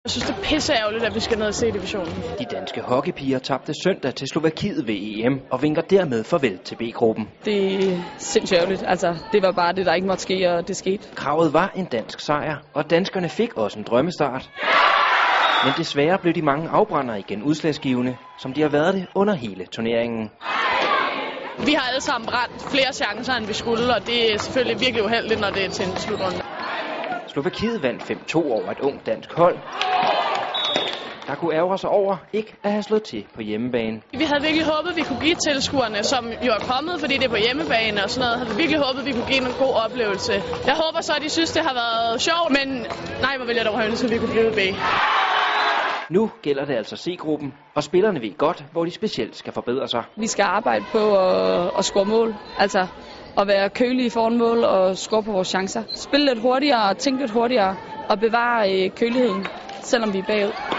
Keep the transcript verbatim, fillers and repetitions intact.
Jeg synes, det er pisseærgerligt, at vi skal ned og se divisionen. De danske hockeypiger tabte søndag til Slovakiet ved E M og vinker dermed farvel til B-gruppen. Det er sindssygt ærgerligt. Altså, det var bare det, der ikke måtte ske, og det skete. Kravet var en dansk sejr, og danskerne fik også en drømmestart. Men desværre blev de mange afbrændere igen udslagsgivende, som de har været det under hele turneringen. Vi har alle sammen brændt flere chancer, end vi skulle, og det er selvfølgelig virkelig uheldigt, når det er til en slutrunde. Slovakiet vandt fem to over et ungt dansk hold, der kunne ærgre sig over ikke at have slået til på hjemmebane. Vi havde virkelig håbet, at vi kunne give tilskuerne, som jo er kommet, fordi det er på hjemmebane og sådan noget, havde vi virkelig håbet, at vi kunne give en god oplevelse. Jeg håber så, at de synes, det har været sjovt, men nej, hvor vil jeg dog have ønsket, at vi kunne blive B. Nu gælder det altså C-gruppen, og spillerne ved godt, hvor de specielt skal forbedre sig. Vi skal arbejde på at, at score mål, altså at være kølige foran mål og score på vores chancer. Spille lidt hurtigere og tænke lidt hurtigere og bevare køligheden, selvom vi er bagud.